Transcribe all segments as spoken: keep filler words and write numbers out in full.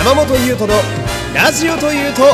山本優斗のラジオというと。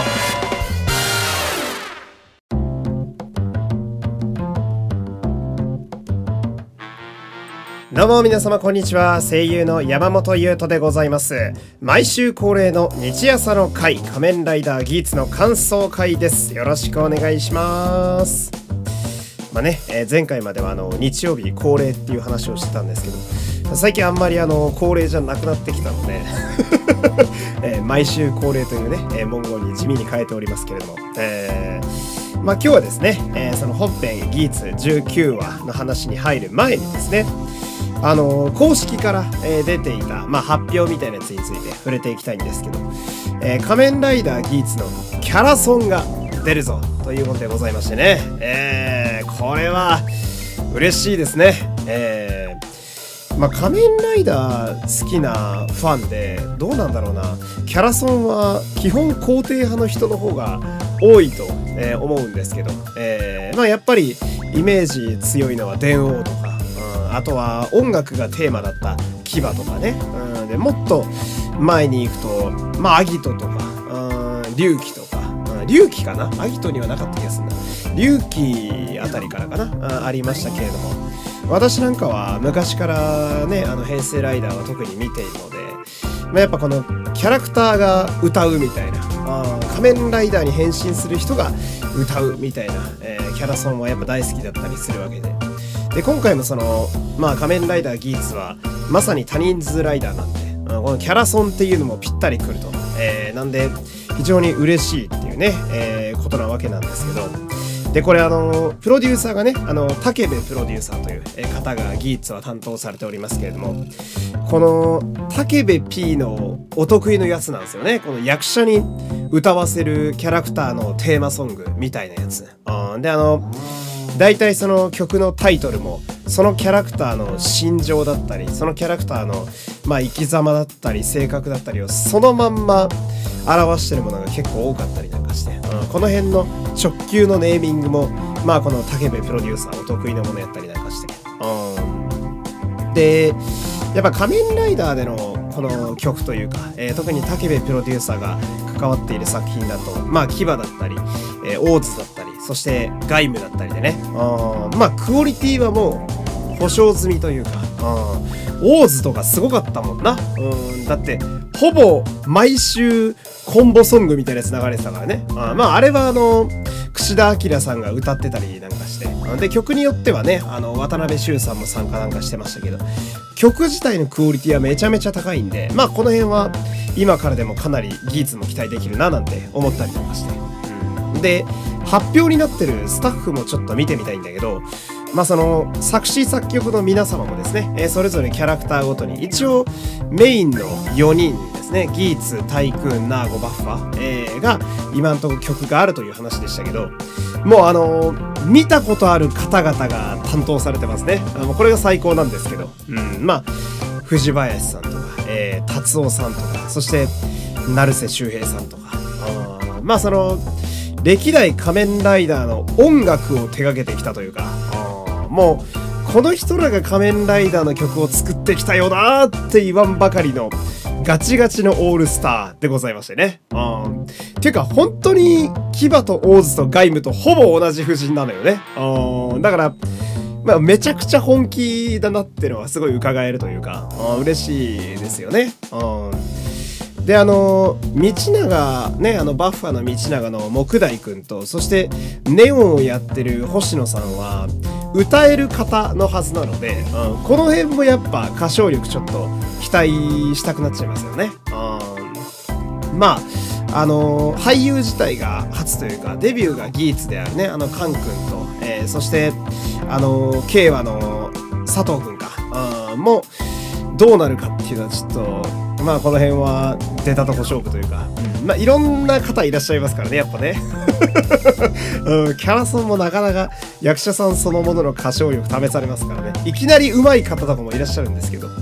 どうも皆様こんにちは。声優の山本優斗でございます。毎週恒例の日朝の会、仮面ライダーギーツの感想会です。よろしくお願いします。まあね、えー、前回まではあの日曜日恒例っていう話をしてたんですけど、最近あんまりあの恒例じゃなくなってきたので、えー、毎週恒例というね、えー、文言に地味に変えておりますけれども、えー、まあ今日はですね、えー、その本編ギーツじゅうきゅうわの話に入る前にですね、あのー、公式から、えー、出ていた、まあ、発表みたいなやつについて触れていきたいんですけど、えー、仮面ライダーギーツのキャラソンが出るぞということでございましてね、えー、これは嬉しいですね。えー、まあ仮面ライダー好きなファンでどうなんだろうな、キャラソンは基本肯定派の人の方が多いと、えー、思うんですけど、えー、まあやっぱりイメージ強いのは電王とか、あとは音楽がテーマだった牙とかね、うん、でもっと前に行くと、まあアギトとか、うん、龍騎とか、うん、龍騎かな、アギトにはなかった気がするな、龍騎あたりからかな、うん、ありましたけれども、私なんかは昔からね、あの平成ライダーは特に見ているので、まあ、やっぱこのキャラクターが歌うみたいな、あ仮面ライダーに変身する人が歌うみたいな、えー、キャラソンはやっぱ大好きだったりするわけで。で今回もその、まあ、仮面ライダーギーツはまさに多人数ライダーなんで、このキャラソンっていうのもぴったりくると、えー、なんで非常に嬉しいっていうね、えー、ことなわけなんですけど、でこれあのプロデューサーがね、あの武部プロデューサーという方がギーツは担当されておりますけれども、この武部 P のお得意のやつなんですよね。この役者に歌わせるキャラクターのテーマソングみたいなやつ、うん、であの大体その曲のタイトルもそのキャラクターの心情だったり、そのキャラクターのまあ生き様だったり性格だったりをそのまんま表してるものが結構多かったりなんかして、うん、この辺の直球のネーミングもまあこの武部プロデューサーお得意なものやったりなんかして、うん、でやっぱ仮面ライダーでのこの曲というか、えー、特に武部プロデューサーが関わっている作品だと、まあ牙だったり、えー、オーズだったり、そしてガイムだったりでね、あまあクオリティはもう保証済みというか、あオーズとかすごかったもんな。うんだってほぼ毎週コンボソングみたいなやつ流れてたからね。あまああれはあの櫛田明さんが歌ってたりなんかして、で曲によってはね、あの渡辺修さんも参加なんかしてましたけど、曲自体のクオリティはめちゃめちゃ高いんで、まあこの辺は今からでもかなりギーツも期待できるななんて思ったりなんかして、うん、で発表になってるスタッフもちょっと見てみたいんだけど、まあその作詞作曲の皆様もですね、えー、それぞれキャラクターごとに一応メインのよにんですね、ギーツ、タイクーン、ナーゴ、バッファ、えー、が今のところ曲があるという話でしたけど、もうあのー、見たことある方々が担当されてますね。あのこれが最高なんですけど、うん、まあ藤林さんとか、えー、達夫さんとか、そして成瀬周平さんとか、あまあその歴代仮面ライダーの音楽を手掛けてきたというか、あもうこの人らが仮面ライダーの曲を作ってきたよなーって言わんばかりのガチガチのオールスターでございましてね。あていうか本当に牙とオーズとガイムとほぼ同じ布陣なのよね。あだからまあめちゃくちゃ本気だなっていうのはすごい伺えるというか、あ嬉しいですよね。あであの道長ね、あのバッファの道長の木大くんと、そしてネオンをやってる星野さんは歌える方のはずなので、うん、この辺もやっぱ歌唱力ちょっと期待したくなっちゃいますよね。うん、まああの俳優自体が初というかデビューがギーツであるね、あのカン君と、えー、そしてあの慶和の佐藤君か、うん、もどうなるかっていうのはちょっとまあこの辺は出たとこ勝負というか、うん、まあいろんな方いらっしゃいますからね、やっぱね、うん、キャラソンもなかなか役者さんそのものの歌唱力試されますからね、いきなり上手い方とかもいらっしゃるんですけど、うん、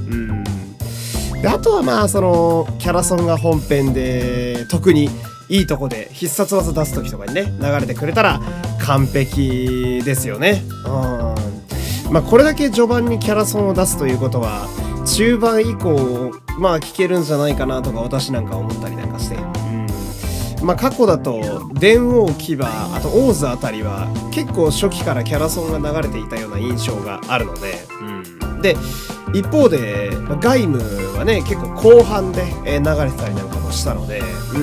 であとはまあそのキャラソンが本編で特にいいとこで必殺技出す時とかにね流れてくれたら完璧ですよね。うんまあこれだけ序盤にキャラソンを出すということは中盤以降まあ聞けるんじゃないかなとか私なんか思ったりなんかして、うん、まあ過去だと電王牙あとオーズあたりは結構初期からキャラソンが流れていたような印象があるので、うん、で一方でガイムはね結構後半で流れてたりなんかもしたので、うん、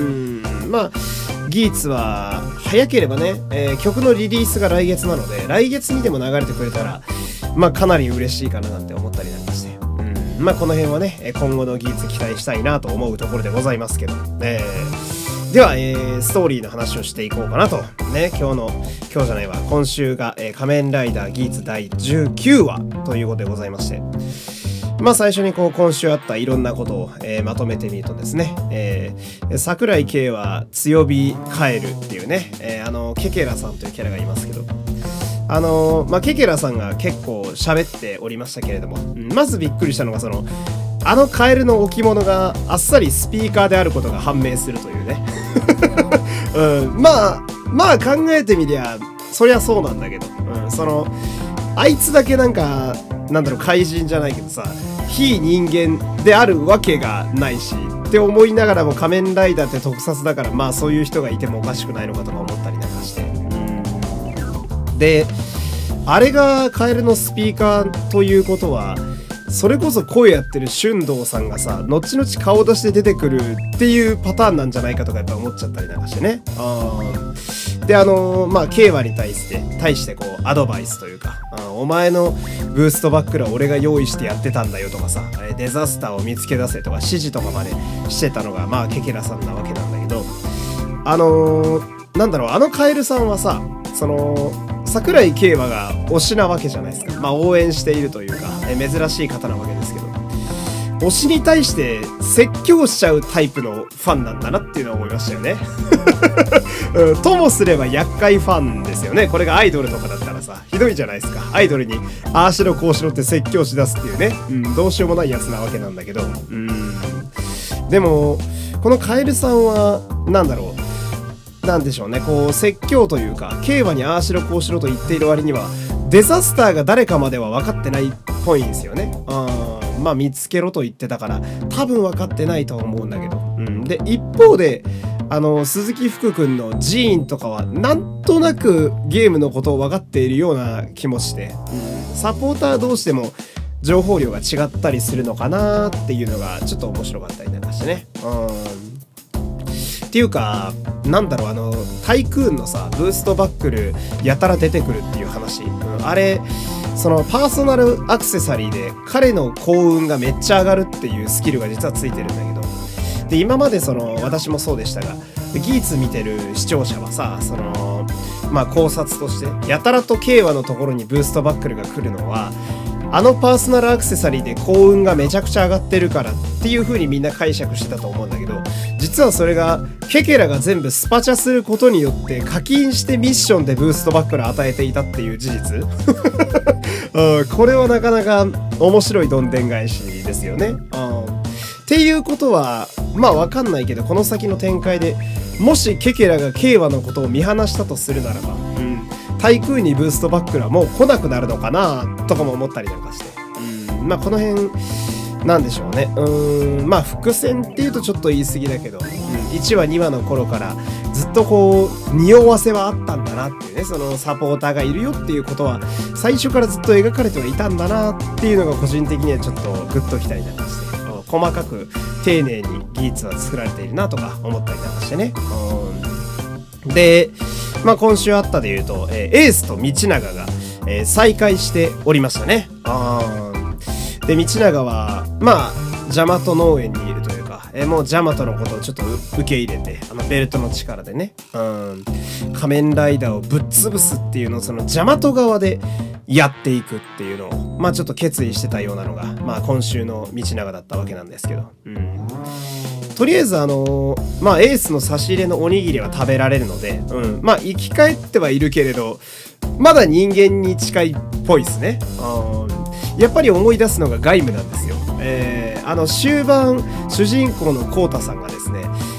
まあギーツは早ければね、えー、曲のリリースが来月なので来月にでも流れてくれたらまあかなり嬉しいかななんて思ったりなんかして、うん、まあこの辺はね今後のギーツ期待したいなと思うところでございますけど、えー、では、えー、ストーリーの話をしていこうかなとね。今日の今日じゃないわ今週が、えー、仮面ライダーギーツだいじゅうきゅうわということでございまして、まあ最初にこう今週あったいろんなことを、えー、まとめてみるとですね、えー、桜井圭は強火カエルっていうね、えー、あのケケラさんというキャラがいますけど、あのー、まあケケラさんが結構喋っておりましたけれども、うん、まずびっくりしたのがそのあのカエルの置物があっさりスピーカーであることが判明するというね、うん、まあまあ考えてみりゃそりゃそうなんだけど、うん、そのあいつだけなんかなんだろう怪人じゃないけどさ非人間であるわけがないしって思いながらも仮面ライダーって特撮だからまあそういう人がいてもおかしくないのかとか思ったりなんかして、うん、であれがカエルのスピーカーということはそれこそ声やってる俊道さんがさ後々顔出して出てくるっていうパターンなんじゃないかとかやっぱ思っちゃったりなんかしてね。あであのー、まあ慶和に対して対してこうアドバイスというか、お前のブーストバックルは俺が用意してやってたんだよとかさデザスターを見つけ出せとか指示とかまでしてたのがまあケケラさんなわけなんだけど、あのー、なんだろうあのカエルさんはさその桜井慶和が推しなわけじゃないですか。まあ応援しているというかえ珍しい方なわけですけど、推しに対して説教しちゃうタイプのファンなんだなっていうのは思いましたよね、うん、ともすれば厄介ファンですよね。これがアイドルとかだったらさひどいじゃないですか。アイドルにああしろこうしろって説教し出すっていうね、うん、どうしようもないやつなわけなんだけど、うん、でもこのカエルさんはなんだろうなんでしょうねこう説教というか慶和にああしろこうしろと言っている割にはデザスターが誰かまでは分かってないっぽいんですよね。あまあ見つけろと言ってたから多分分かってないとは思うんだけど、うん、で一方であの鈴木福君のジーンとかはなんとなくゲームのことを分かっているような気もして、うん、サポーター同士でも情報量が違ったりするのかなっていうのがちょっと面白かったりなんかしてね。うんっていうかなんだろうあのタイクーンのさブーストバックルやたら出てくるっていう話、うん、あれそのパーソナルアクセサリーで彼の幸運がめっちゃ上がるっていうスキルが実はついてるんだけど、で今までその私もそうでしたがギーツ見てる視聴者はさそのまあ考察としてやたらと慶和のところにブーストバックルが来るのはあのパーソナルアクセサリーで幸運がめちゃくちゃ上がってるからっていう風にみんな解釈してたと思うんだけど、実はそれがケケラが全部スパチャすることによって課金してミッションでブーストバックル与えていたっていう事実うん、これはなかなか面白いどんでん返しですよね。うん、っていうことはまあわかんないけどこの先の展開でもしケケラが慶和のことを見放したとするならば、うんタイクーンにブーストバックルはもう来なくなるのかなとかも思ったりなんかして、うんまあこの辺なんでしょうね。うーんまあ伏線っていうとちょっと言い過ぎだけど、うん、いちわにわの頃からずっとこう匂わせはあったんだなっていうね、そのサポーターがいるよっていうことは最初からずっと描かれてはいたんだなっていうのが個人的にはちょっとグッときたりなんかして、細かく丁寧に技術は作られているなとか思ったりなんかしてね。うんでまあ、今週あったで言うと、えー、エースと道長が、えー、再会しておりましたね。あで道長はまあジャマト農園にいるというか、えー、もうジャマトのことをちょっと受け入れてあのベルトの力でね、うん仮面ライダーをぶっ潰すっていうのをそのジャマト側でやっていくっていうのをまあちょっと決意してたようなのが、まあ、今週の道長だったわけなんですけど、うんとりあえずあのー、まあエースの差し入れのおにぎりは食べられるので、うん、まあ生き返ってはいるけれどまだ人間に近いっぽいですね。やっぱり思い出すのがガイムなんですよ。えー、あの終盤主人公のコウタさんがですね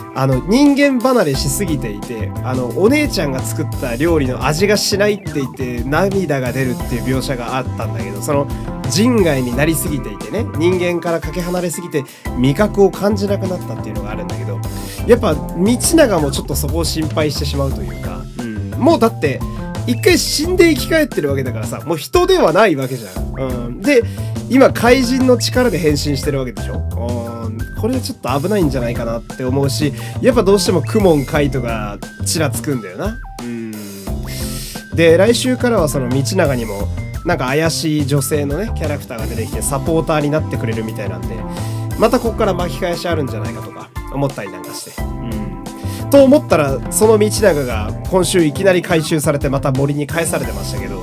あの人間離れしすぎていて、あのお姉ちゃんが作った料理の味がしないって言って涙が出るっていう描写があったんだけど、その人外になりすぎていてね、人間からかけ離れすぎて味覚を感じなくなったっていうのがあるんだけど、やっぱ道長もちょっとそこを心配してしまうというか、うん、もうだって一回死んで生き返ってるわけだからさ、もう人ではないわけじゃん、うん、で今怪人の力で変身してるわけでしょ、うん、これちょっと危ないんじゃないかなって思うし、やっぱどうしてもクモンカイトがちらつくんだよな。うん、で来週からはその道長にもなんか怪しい女性のねキャラクターが出てきてサポーターになってくれるみたいなんで、またここから巻き返しあるんじゃないかとか思ったりなんかして、うん、と思ったらその道長が今週いきなり回収されてまた森に返されてましたけど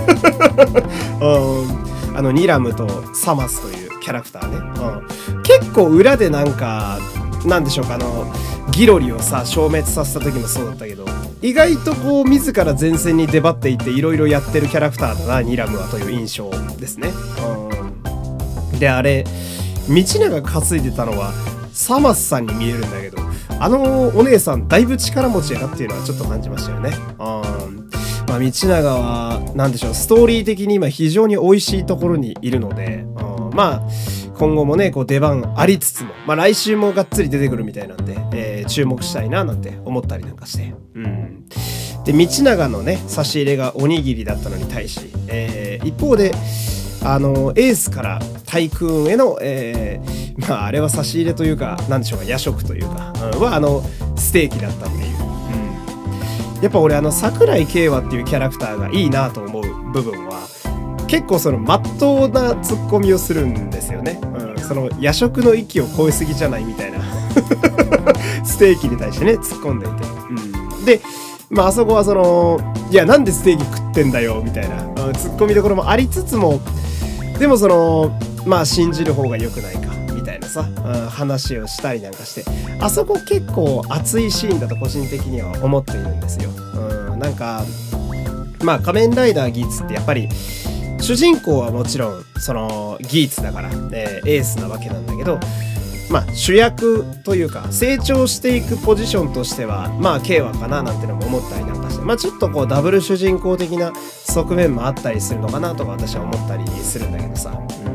うんあのニラムとサマスというキャラクターね、うん、結構裏でなんかなんでしょうか、あのギロリをさ消滅させた時もそうだったけど、意外とこう自ら前線に出張っていっていろいろやってるキャラクターだなニラムはという印象ですね、うん、であれ道長担いでたのはサマスさんに見えるんだけど、あのお姉さんだいぶ力持ちやなっていうのはちょっと感じましたよね。うんまあ、道長は何でしょう、ストーリー的に今非常に美味しいところにいるので、うん、まあ今後もねこう出番ありつつも、まあ、来週もがっつり出てくるみたいなんで、えー、注目したいななんて思ったりなんかして、うん、で道長のね差し入れがおにぎりだったのに対し、えー、一方であのエースから対空への、えー、まああれは差し入れというかなんでしょうか夜食というか、うん、はあのステーキだったっていう、うん、やっぱ俺あの桜井景和っていうキャラクターがいいなと思う部分は結構その真っ当なツッコミをするんですよね、うん、その夜食の域を超えすぎじゃないみたいなステーキに対してね突っ込んでいて、うん、でまああそこはそのいやなんでステーキ食ってんだよみたいな、うん、ツッコミどころもありつつも、でもそのまあ信じる方が良くないかみたいなさ、うん、話をしたりなんかして、あそこ結構熱いシーンだと個人的には思っているんですよ、うん、なんかまあ仮面ライダーギーツってやっぱり主人公はもちろんそのギーツだから、えー、エースなわけなんだけど、まあ主役というか成長していくポジションとしてはまあ慶和かななんてのも思ったりなんかして、まあちょっとこうダブル主人公的な側面もあったりするのかなとか私は思ったりするんだけどさ、うん、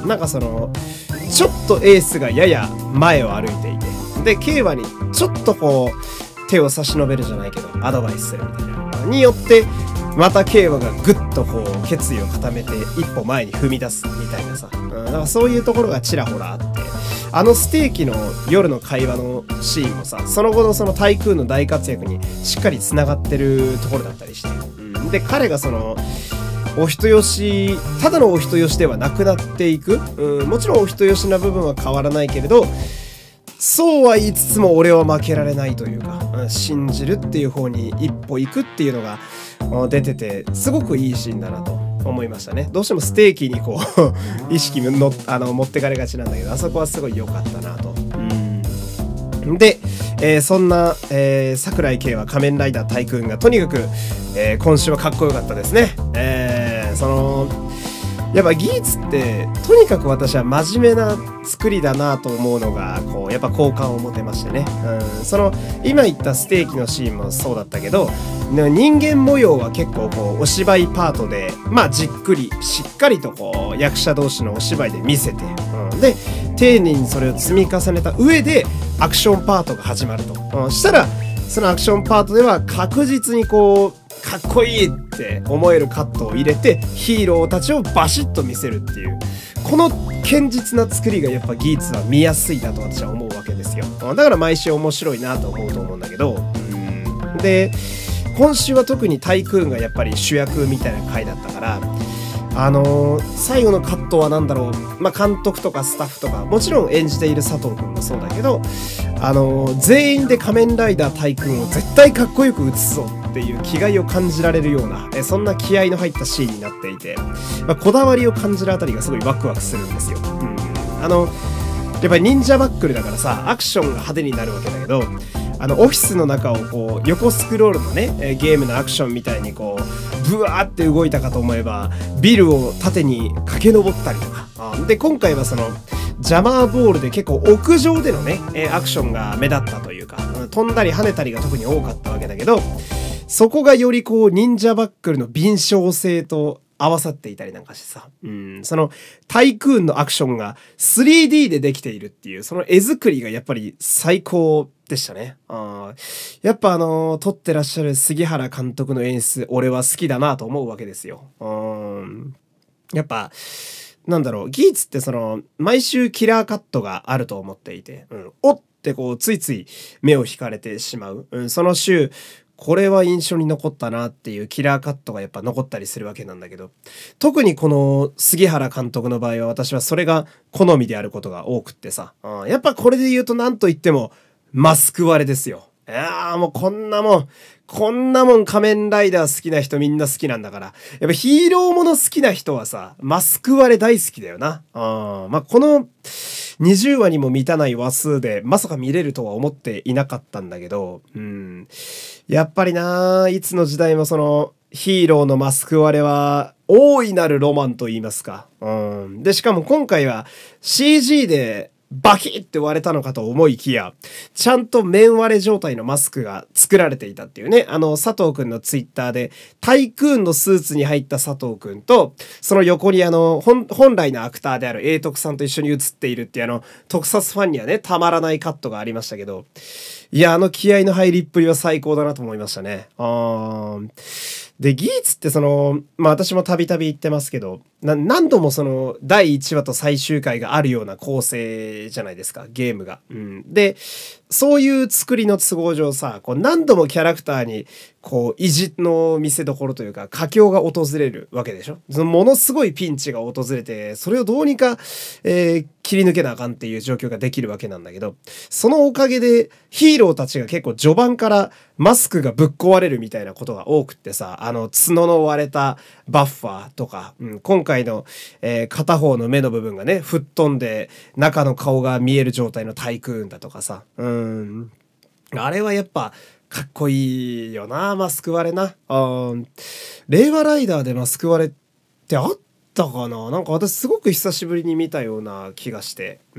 なんかそのちょっとエースがやや前を歩いていて、で慶和にちょっとこう手を差し伸べるじゃないけどアドバイスするみたいなによってまた慶和がぐっとこう決意を固めて一歩前に踏み出すみたいなさ、うん、だからそういうところがちらほらあって、あのステーキの夜の会話のシーンもさ、その後のその対空の大活躍にしっかりつながってるところだったりして、うん、で彼がそのお人よしただのお人よしではなくなっていく、うん、もちろんお人よしな部分は変わらないけれど、そうは言いつつも俺は負けられないというか、うん、信じるっていう方に一歩行くっていうのが出ててすごくいいシーンだなと思いましたね。どうしてもステーキにこう意識のあの持ってかれがちなんだけど、あそこはすごい良かったなと。うんで、えー、そんな、えー、桜井景和仮面ライダータイクーンがとにかく、えー、今週はかっこよかったですね。えー、そのやっぱギーツってとにかく私は真面目な作りだなと思うのがこうやっぱ好感を持てましてね、うん、その今言ったステーキのシーンもそうだったけど、人間模様は結構こうお芝居パートでまあじっくりしっかりとこう役者同士のお芝居で見せて、うん、で丁寧にそれを積み重ねた上でアクションパートが始まると、うん、したらそのアクションパートでは確実にこうかっこいいって思えるカットを入れてヒーローたちをバシッと見せるっていう、この堅実な作りがやっぱギーツは見やすいなと私は思うわけですよ。だから毎週面白いなと思うと思うんだけど、うんで今週は特にタイクーンがやっぱり主役みたいな回だったから、あのー、最後のカットは何だろう、まあ、監督とかスタッフとかもちろん演じている佐藤くんもそうだけど、あのー、全員で仮面ライダータイクーンを絶対かっこよく映すぞっていう気概を感じられるような、えそんな気合の入ったシーンになっていて、まあ、こだわりを感じるあたりがすごいワクワクするんですよ。うん、あのやっぱり忍者バックルだからさアクションが派手になるわけだけど、あのオフィスの中をこう横スクロールのねゲームのアクションみたいにこうブワーって動いたかと思えばビルを縦に駆け上ったりとか、で今回はそのジャマーボールで結構屋上でのね、えー、アクションが目立ったというか、うん、飛んだり跳ねたりが特に多かったわけだけど、そこがよりこう忍者バックルの敏捷性と合わさっていたりなんかしてさ、うん、そのタイクーンのアクションが スリーディー でできているっていう、その絵作りがやっぱり最高でしたね。あやっぱあのー、撮ってらっしゃる杉原監督の演出、俺は好きだなと思うわけですよ。うんやっぱ、なんだろう、ギーツってその、毎週キラーカットがあると思っていて、うん、おってこう、ついつい目を引かれてしまう。うん、その週、これは印象に残ったなっていうキラーカットがやっぱ残ったりするわけなんだけど、特にこの杉原監督の場合は私はそれが好みであることが多くってさ、うん、やっぱこれで言うと何と言ってもマスク割れですよ。いやーもうこんなもん、こんなもん仮面ライダー好きな人みんな好きなんだから。やっぱヒーローもの好きな人はさ、マスク割れ大好きだよな。あまあこのにじゅうわにも満たない話数でまさか見れるとは思っていなかったんだけど、うん。やっぱりないつの時代もそのヒーローのマスク割れは大いなるロマンと言いますか。うん。で、しかも今回は シージー でバキッって割れたのかと思いきや、ちゃんと面割れ状態のマスクが作られていたっていうね。あの、佐藤くんのツイッターで、タイクーンのスーツに入った佐藤くんと、その横にあの、本、本来のアクターである英徳さんと一緒に写っているっていうあの、特撮ファンにはね、たまらないカットがありましたけど、いや、あの気合の入りっぷりは最高だなと思いましたね。あーで、ギーツってその、まあ私もたびたび言ってますけど、な何度もそのだいいちわと最終回があるような構成じゃないですか、ゲームが。うん、で、そういう作りの都合上さ、こう何度もキャラクターにこう意地の見せ所というか佳境が訪れるわけでしょ。そのものすごいピンチが訪れて、それをどうにか、えー、切り抜けなあかんっていう状況ができるわけなんだけど、そのおかげでヒーローたちが結構序盤からマスクがぶっ壊れるみたいなことが多くってさ、あの角の割れたバッファーとか、うん、今回の、えー、片方の目の部分がね吹っ飛んで中の顔が見える状態のタイクーンだとかさ、うんあれはやっぱかっこいいよな、マスク割れな。あ令和ライダーでマスク割れってあったかな。なんか私すごく久しぶりに見たような気がして。うん。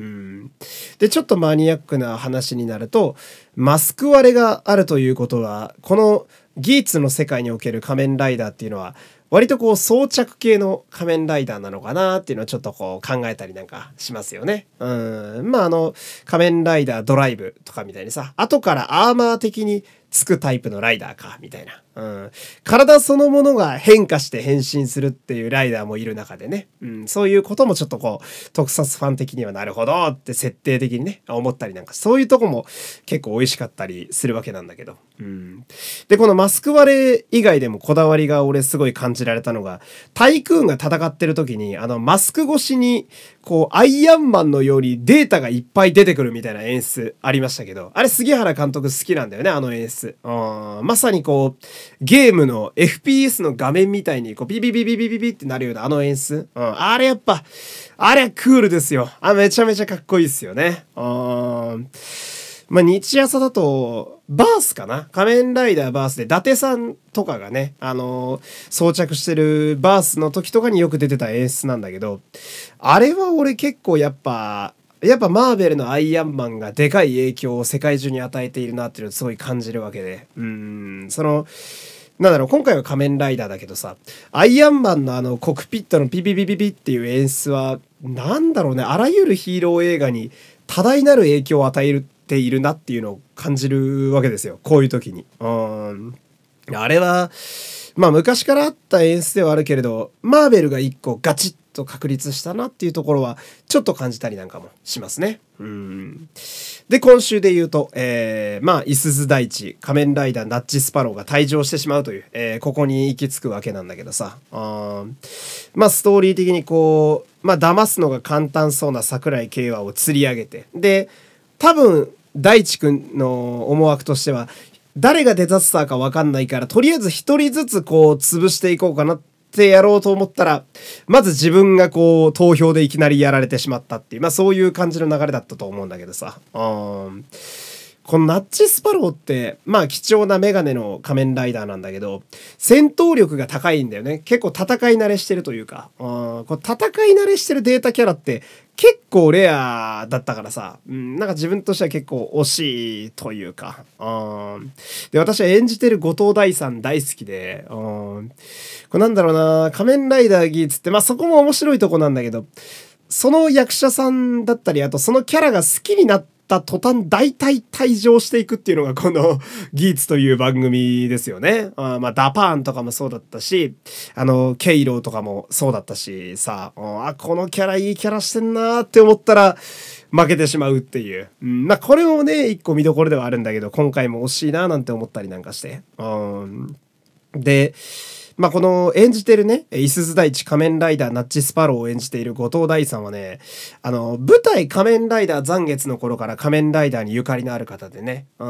で、ちょっとマニアックな話になると、マスク割れがあるということは、このギーツの世界における仮面ライダーっていうのは、割とこう装着系の仮面ライダーなのかなっていうのをちょっとこう考えたりなんかしますよね。うん。まああの仮面ライダードライブとかみたいにさ、後からアーマー的につくタイプのライダーかみたいな。うん。体そのものが変化して変身するっていうライダーもいる中でね。うん。そういうこともちょっとこう特撮ファン的にはなるほどって設定的にね思ったりなんか、そういうとこも結構美味しかったりするわけなんだけど。うん。でこのマスク割れ以外でもこだわりが俺すごい感じられたのが、タイクーンが戦ってる時にあのマスク越しにこうアイアンマンのようにデータがいっぱい出てくるみたいな演出ありましたけど、あれ杉原監督好きなんだよね、あの演出。うんまさにこうゲームの エフピーエス の画面みたいにこうビビビビビビビってなるようなあの演出。うん、あれやっぱあれはクールですよ。あめちゃめちゃかっこいいですよね。うんまあ、日朝だと、バースかな、仮面ライダーバースで伊達さんとかがね、あのー、装着してるバースの時とかによく出てた演出なんだけど、あれは俺結構やっぱ、やっぱマーベルのアイアンマンがでかい影響を世界中に与えているなっていうのをすごい感じるわけで、うーん、その、なんだろう、今回は仮面ライダーだけどさ、アイアンマンのあのコクピットのピピピピピっていう演出は、なんだろうね、あらゆるヒーロー映画に多大なる影響を与えるているなっていうのを感じるわけですよ、こういう時に。うんあれはまあ昔からあった演出ではあるけれど、マーベルが一個ガチッと確立したなっていうところはちょっと感じたりなんかもしますね。うんで今週で言うと、えー、まあいすゞ大地仮面ライダーナッジスパローが退場してしまうという、えー、ここに行き着くわけなんだけどさ、あまあストーリー的にこうまあ騙すのが簡単そうな桜井景和を釣り上げて、で多分大地くんの思惑としては誰がデザスターか分かんないから、とりあえず一人ずつこう潰していこうかなってやろうと思ったら、まず自分がこう投票でいきなりやられてしまったっていう、まあそういう感じの流れだったと思うんだけどさ、うんここのナッチスパローって、まあ貴重なメガネの仮面ライダーなんだけど、戦闘力が高いんだよね。結構戦い慣れしてるというか、うん、こう戦い慣れしてるデータキャラって結構レアだったからさ、うん、なんか自分としては結構惜しいというか、うん、で、私は演じてる後藤大さん大好きで、うん、これなんだろうな、仮面ライダーギーツって、まあそこも面白いとこなんだけど、その役者さんだったり、あとそのキャラが好きになった途端大体退場していくっていうのがこのギーツという番組ですよね。あまあダパーンとかもそうだったし、あのケイローとかもそうだったしさ、あこのキャラいいキャラしてんなーって思ったら負けてしまうっていう。うん、まあこれもね一個見どころではあるんだけど、今回も惜しいなーなんて思ったりなんかして。うん、で、まあ、この演じてるね、いすゞ大地仮面ライダーナッチスパローを演じている後藤大さんはね、あの、舞台仮面ライダー残月の頃から仮面ライダーにゆかりのある方でね、うん、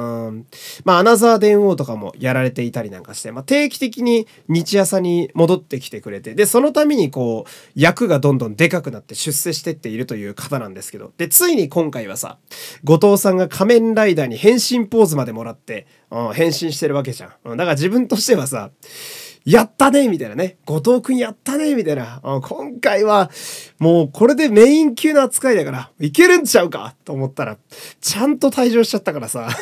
まあ、アナザー電王とかもやられていたりなんかして、まあ、定期的に日朝に戻ってきてくれて、で、そのためにこう、役がどんどんでかくなって出世してっているという方なんですけど、で、ついに今回はさ、後藤さんが仮面ライダーに変身ポーズまでもらって、うん、変身してるわけじゃん。うん、だから自分としてはさ、やったねみたいなね。後藤くんやったねみたいな。今回は、もうこれでメイン級の扱いだから、いけるんちゃうかと思ったら、ちゃんと退場しちゃったからさ。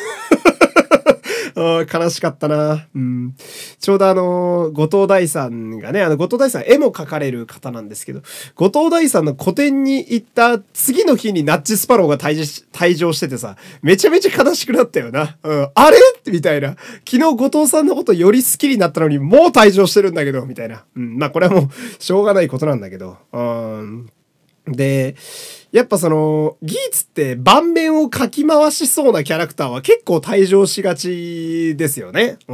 悲しかったな、うん。ちょうどあの、後藤大さんがね、あの、後藤大さん絵も描かれる方なんですけど、後藤大さんの個展に行った次の日にナッチスパローが退場退場しててさ、めちゃめちゃ悲しくなったよな。うん、あれみたいな。昨日後藤さんのことより好きになったのにもう退場してるんだけど、みたいな。うん、まあこれはもうしょうがないことなんだけど。うんで、やっぱその、ギーツって盤面をかき回しそうなキャラクターは結構退場しがちですよね。うん。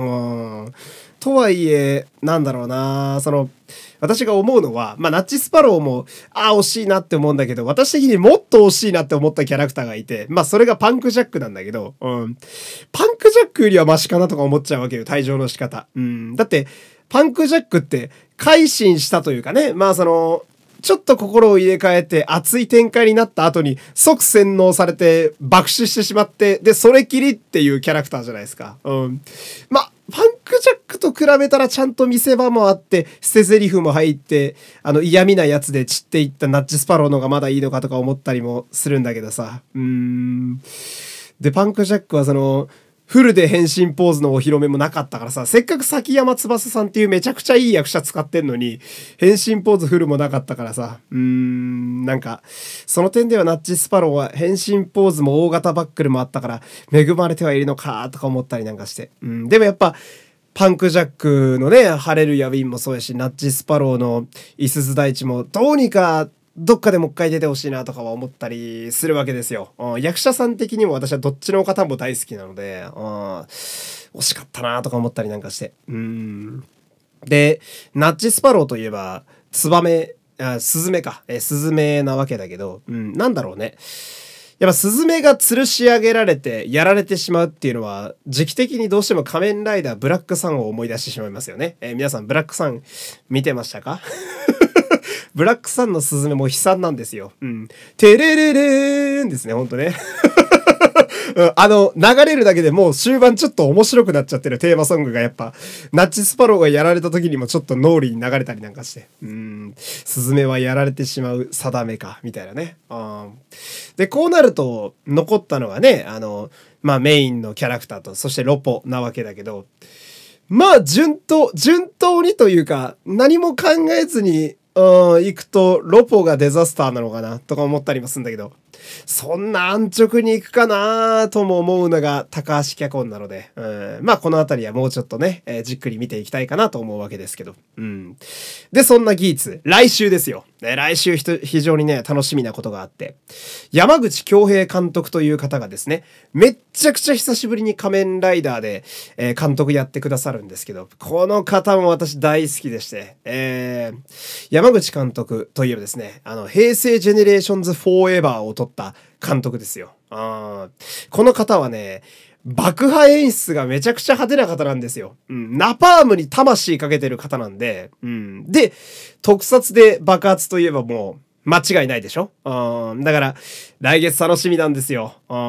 とはいえ、なんだろうな、その、私が思うのは、まあ、ナッチスパローも、ああ、惜しいなって思うんだけど、私的にもっと惜しいなって思ったキャラクターがいて、まあ、それがパンクジャックなんだけど、うん。パンクジャックよりはマシかなとか思っちゃうわけよ、退場の仕方。うん。だって、パンクジャックって、改心したというかね、まあ、その、ちょっと心を入れ替えて熱い展開になった後に即洗脳されて爆死してしまって、で、それきりっていうキャラクターじゃないですか。うん。ま、パンクジャックと比べたらちゃんと見せ場もあって、捨て台詞も入って、あの嫌味なやつで散っていったナッチスパローのがまだいいのかとか思ったりもするんだけどさ。うーん。で、パンクジャックはその、フルで変身ポーズのお披露目もなかったからさ、せっかく崎山翼さんっていうめちゃくちゃいい役者使ってんのに、変身ポーズフルもなかったからさ、うーん、なんか、その点ではナッチスパローは変身ポーズも大型バックルもあったから、恵まれてはいるのかとか思ったりなんかして。うん、でもやっぱ、パンクジャックのね、晴れるヤウィンもそうやし、ナッチスパローのいすゞ大地もどうにか、どっかでもう一回出てほしいなとかは思ったりするわけですよ。うん、役者さん的にも私はどっちの方も大好きなので、うん、惜しかったなとか思ったりなんかして。うん。で、ナッチスパローといえば、ツバメ、あ、スズメか。え、スズメなわけだけど、うん、なんだろうね。やっぱスズメが吊るし上げられてやられてしまうっていうのは時期的にどうしても仮面ライダーブラックサンを思い出してしまいますよね。えー、皆さんブラックサン見てましたか？ブラックサンのスズメも悲惨なんですよ。うん。テレレレーンですね、ほんとね。あの、流れるだけでもう終盤ちょっと面白くなっちゃってるテーマソングがやっぱ、ナッチスパローがやられた時にもちょっと脳裏に流れたりなんかして。うん。スズメはやられてしまう定めか、みたいなね。うん。で、こうなると、残ったのがね、あの、まあメインのキャラクターと、そしてロポなわけだけど、まあ順当、順当にというか、何も考えずに、うん、行くと、ロポがデザスターなのかなとか思ったりもするんだけど、そんな安直に行くかなとも思うのが高橋脚本なので、うん、まあこのあたりはもうちょっとね、えー、じっくり見ていきたいかなと思うわけですけど。うん、で、そんなギーツ、来週ですよ。ね、来週非常にね、楽しみなことがあって、山口恭平監督という方がですね、めっちゃくちゃ久しぶりに仮面ライダーで、えー、監督やってくださるんですけど、この方も私大好きでして、えー、山口監督といえばですね、あの、平成ジェネレーションズフォーエバーを撮った監督ですよ。あこの方はね、爆破演出がめちゃくちゃ派手な方なんですよ。うん。ナパームに魂かけてる方なんで、うん。で、特撮で爆発といえばもう、 間違いないでしょ。うん。だから、来月楽しみなんですよ。うん。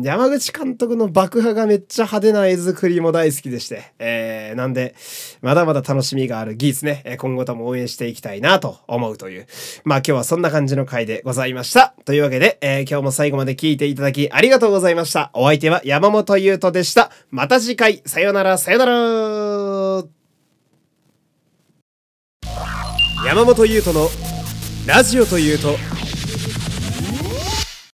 山口監督の爆破がめっちゃ派手な絵作りも大好きでして。えー、なんで、まだまだ楽しみがあるギーツね、今後とも応援していきたいなと思うという。まあ今日はそんな感じの回でございました。というわけで、えー、今日も最後まで聞いていただきありがとうございました。お相手は山本優斗でした。また次回、さよなら、さよなら。山本優斗のラジオというと